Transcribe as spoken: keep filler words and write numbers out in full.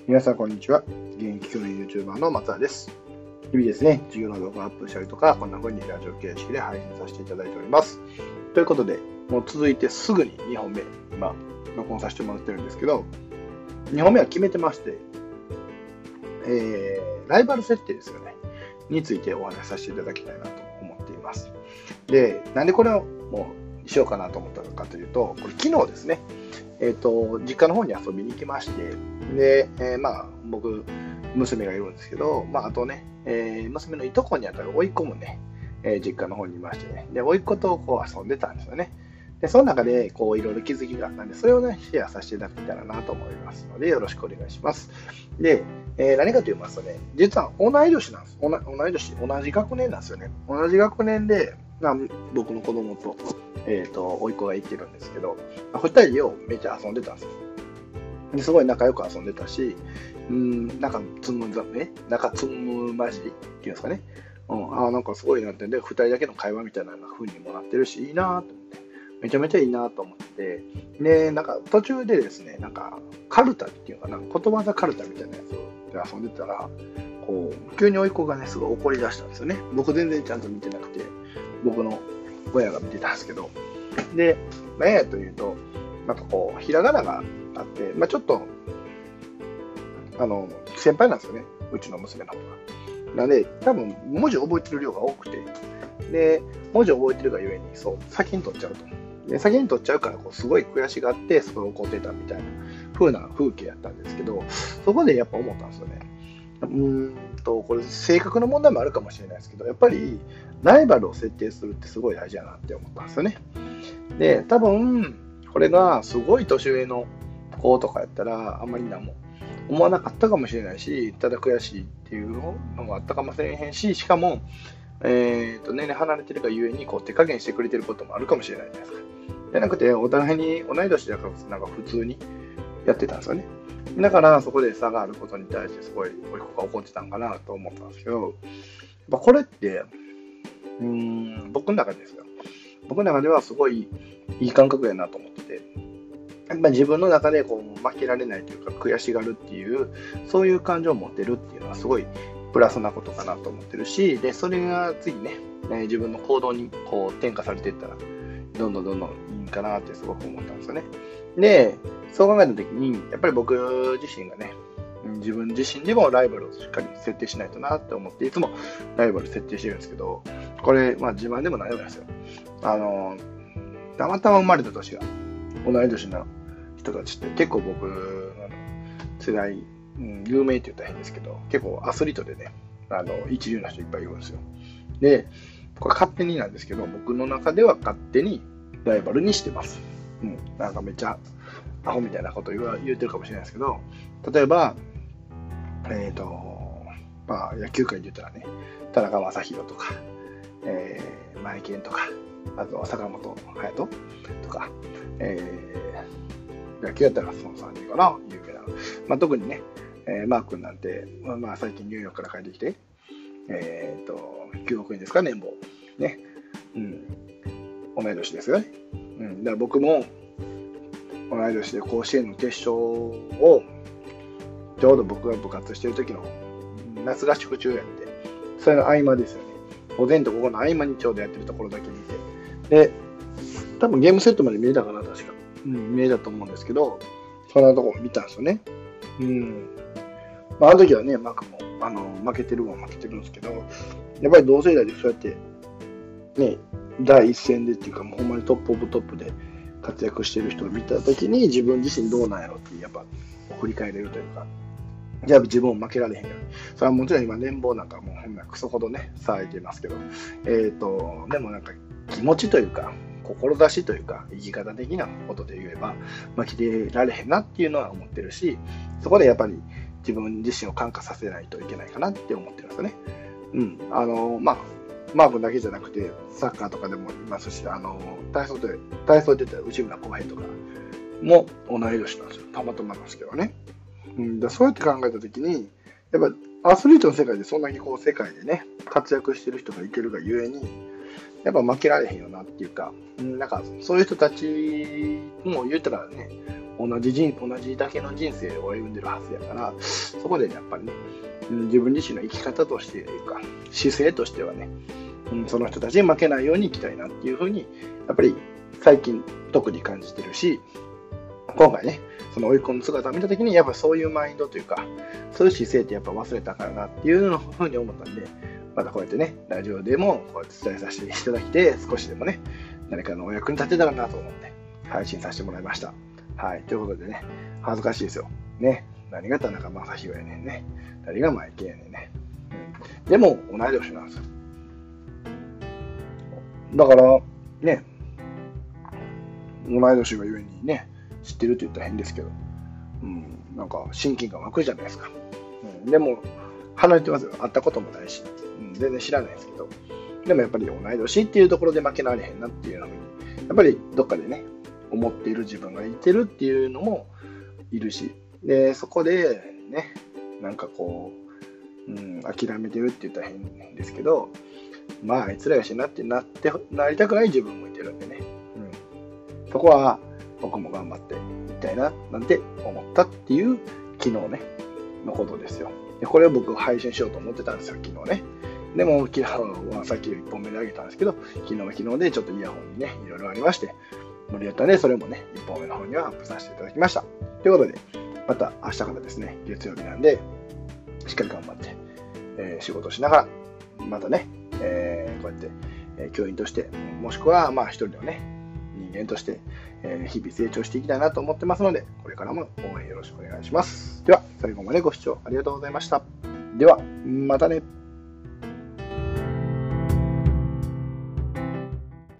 皆さんこんにちは。現役教員 YouTuber の松田です。日々ですね、授業の動画をアップしたりとか、こんな風にラジオ形式で配信させていただいております。ということで、もう続いてすぐににほんめ、今、録音させてもらってるんですけど、にほんめは決めてまして、えー、ライバル設定ですよね、についてお話しさせていただきたいなと思っています。で、なんでこれをもうしようかなと思ったのかというと、これ昨日ですね、えっと、実家の方に遊びに行きまして、で、えー、まあ、僕、娘がいるんですけど、まあ、あとね、えー、娘のいとこにあたる甥っ子もね、えー、実家の方にいましてね、で、甥っ子とこう遊んでたんですよね。で、その中で、こう、いろいろ気づきがあったんで、それをね、シェアさせていただけたらなと思いますので、よろしくお願いします。で、えー、何かと言いますとね、実は同い年なんです。同い年、同じ学年なんですよね。同じ学年で、まあ、僕の子供と、えっと、甥っ子が行ってるんですけど、ふたりをめっちゃ遊んでたんですよ。ですごい仲良く遊んでたし、うん、なんかつむざね、仲つむまじりっていうんですかね。うん、ああ、なんかすごいなって、で、ふたりだけの会話みたいな風にもなってるし、いいなと思って、めちゃめちゃいいなと思って、で、なんか途中でですね、なんか、カルタっていうかな、ことわざカルタみたいなやつで遊んでたら、こう、急に甥っ子がね、すごい怒り出したんですよね。僕全然ちゃんと見てなくて、僕の親が見てたんですけど、で、何やというと、なんかこう、ひらがながあって、まあ、ちょっと、あの、先輩なんですよね、うちの娘の方が。なんで、多分、文字覚えてる量が多くて、で、文字覚えてるがゆえに、そう、先に取っちゃうと。で、先に取っちゃうから、こう、すごい悔しがって、それを怒ってたみたいな風な風景やったんですけど、そこでやっぱ思ったんですよね。うーんと、これ、性格の問題もあるかもしれないですけど、やっぱり、ライバルを設定するってすごい大事だなって思ったんですよね。で、多分、これがすごい年上の子とかやったら、あんまり何も思わなかったかもしれないし、ただ悔しいっていうのがあったかもしれへんし、しかも、えー、と年齢離れてるがゆえにこう手加減してくれてることもあるかもしれないじゃないですか。じゃなくて、お互いに同い年だからなんか普通にやってたんですよね。だからそこで差があることに対してすごい甥っ子が怒ってたんかなと思ったんですけど、まあ、これって、うーん、僕の中でですよ。僕の中ではすごいいい感覚やなと思ってて、やっぱ自分の中でこう負けられないというか悔しがるっていう、そういう感情を持ってるっていうのはすごいプラスなことかなと思ってるし、で、それが次ね、自分の行動にこう転化されていったら、どんどんどんどんいいんかなってすごく思ったんですよね。で、そう考えたときに、やっぱり僕自身がね、自分自身でもライバルをしっかり設定しないとなって思って、いつもライバル設定してるんですけど、これ、まあ自慢でもないわけですよ。あの、たまたま生まれた年が同い年の人たちって結構僕の世代、うん、有名って言ったら変ですけど、結構アスリートでね、あの一流な人いっぱいいるんですよ。で、これ勝手になんですけど、僕の中では勝手にライバルにしてます。うん、なんかめっちゃアホみたいなこと言わ言うてるかもしれないですけど、例えば、えっと、まあ野球界で言ったらね、田中将大とか、えー、マイケンとか、あとは坂本勇人とか、えー、野球やったらそのさんにんかな、有名な。まあ、特にね、えー、マー君なんて、まあ、まあ最近ニューヨークから帰ってきて、えー、と、きゅうおくえんですか、年俸。ね。うん。同い年ですよね。うん。だから僕も、同い年で甲子園の決勝を、ちょうど僕が部活してる時の夏合宿中やって、それの合間ですよね。午前と午後の合間にちょうどやってるところだけ見て。で、多分ゲームセットまで見れたかな、確か。うん、見れたと思うんですけど、そんなとこ見たんですよね。うん。まあ、あの時はね、マークも、あの、負けてるは負けてるんですけど、やっぱり同世代でそうやって、ね、第一線でっていうか、もうほんまにトップオブトップで活躍してる人を見た時に、自分自身どうなんやろって、やっぱ、振り返れるというか、じゃあ自分を負けられへんように。それはもちろん今年俸なんかもうほんまクソほどね、騒いでますけど、えっと、でもなんか気持ちというか、志というか、生き方的なことで言えば、負けられへんなっていうのは思ってるし、そこでやっぱり自分自身を感化させないといけないかなって思ってるんですよね。うん。あの、まあ、マー君だけじゃなくて、サッカーとかでもいますし、あの、体操で、体操で言ったら内村航平とかも同い年なんですよ。たまたまなんですけどね。うん、だそうやって考えたときに、やっぱアスリートの世界でそんなにこう世界でね、活躍してる人がいてるがゆえに、やっぱ負けられへんよなっていうか、うん、なんかそういう人たちも言ったらね、 同じ人同じだけの人生を歩んでるはずやから、そこでやっぱりね、自分自身の生き方としてというか姿勢としてはね、その人たちに負けないように生きたいなっていうふうにやっぱり最近特に感じてるし、今回ねその追い込む姿を見た時にやっぱそういうマインドというかそういう姿勢ってやっぱ忘れたからなっていうふうに思ったんで、またこうやってねラジオでもこうやって伝えさせていただいて、少しでもね誰かのお役に立てたらなと思って配信させてもらいました。はい、ということでね、恥ずかしいですよね。何が田中将大やねんね、誰がマイケンやねんね、うん、でも同い年なんですよ。だからね、同い年がゆえにね知ってるって言ったら変ですけど、うん、なんか親近感湧くじゃないですか、うん、でも離れてますよ、会ったこともないし、うん、全然知らないですけど、でもやっぱり同い年っていうところで負けられへんなっていうのにやっぱりどっかでね思っている自分がいてるっていうのもいるし、でそこでねなんかこう、うん、諦めてるって言ったら変ですけど、まああいつらやしなってなってなりたくない自分もいてるんでね、うん、そこは僕も頑張っていきたいななんて思ったっていう昨日ねのことですよ。でこれを僕配信しようと思ってたんですよ、昨日ね。でも昨日はさっきいっぽんめであげたんですけど、昨日は昨日でちょっとイヤホンにねいろいろありまして無理やったんで、それもねいっぽんめの方にはアップさせていただきました。ということでまた明日からですね、月曜日なんでしっかり頑張って、えー、仕事しながらまたね、えー、こうやって、えー、教員としてもしくはまあ一人のね人間として、えー、日々成長していきたいなと思ってますので、これからも応援よろしくお願いします。では最後までご視聴ありがとうございました。ではまたね。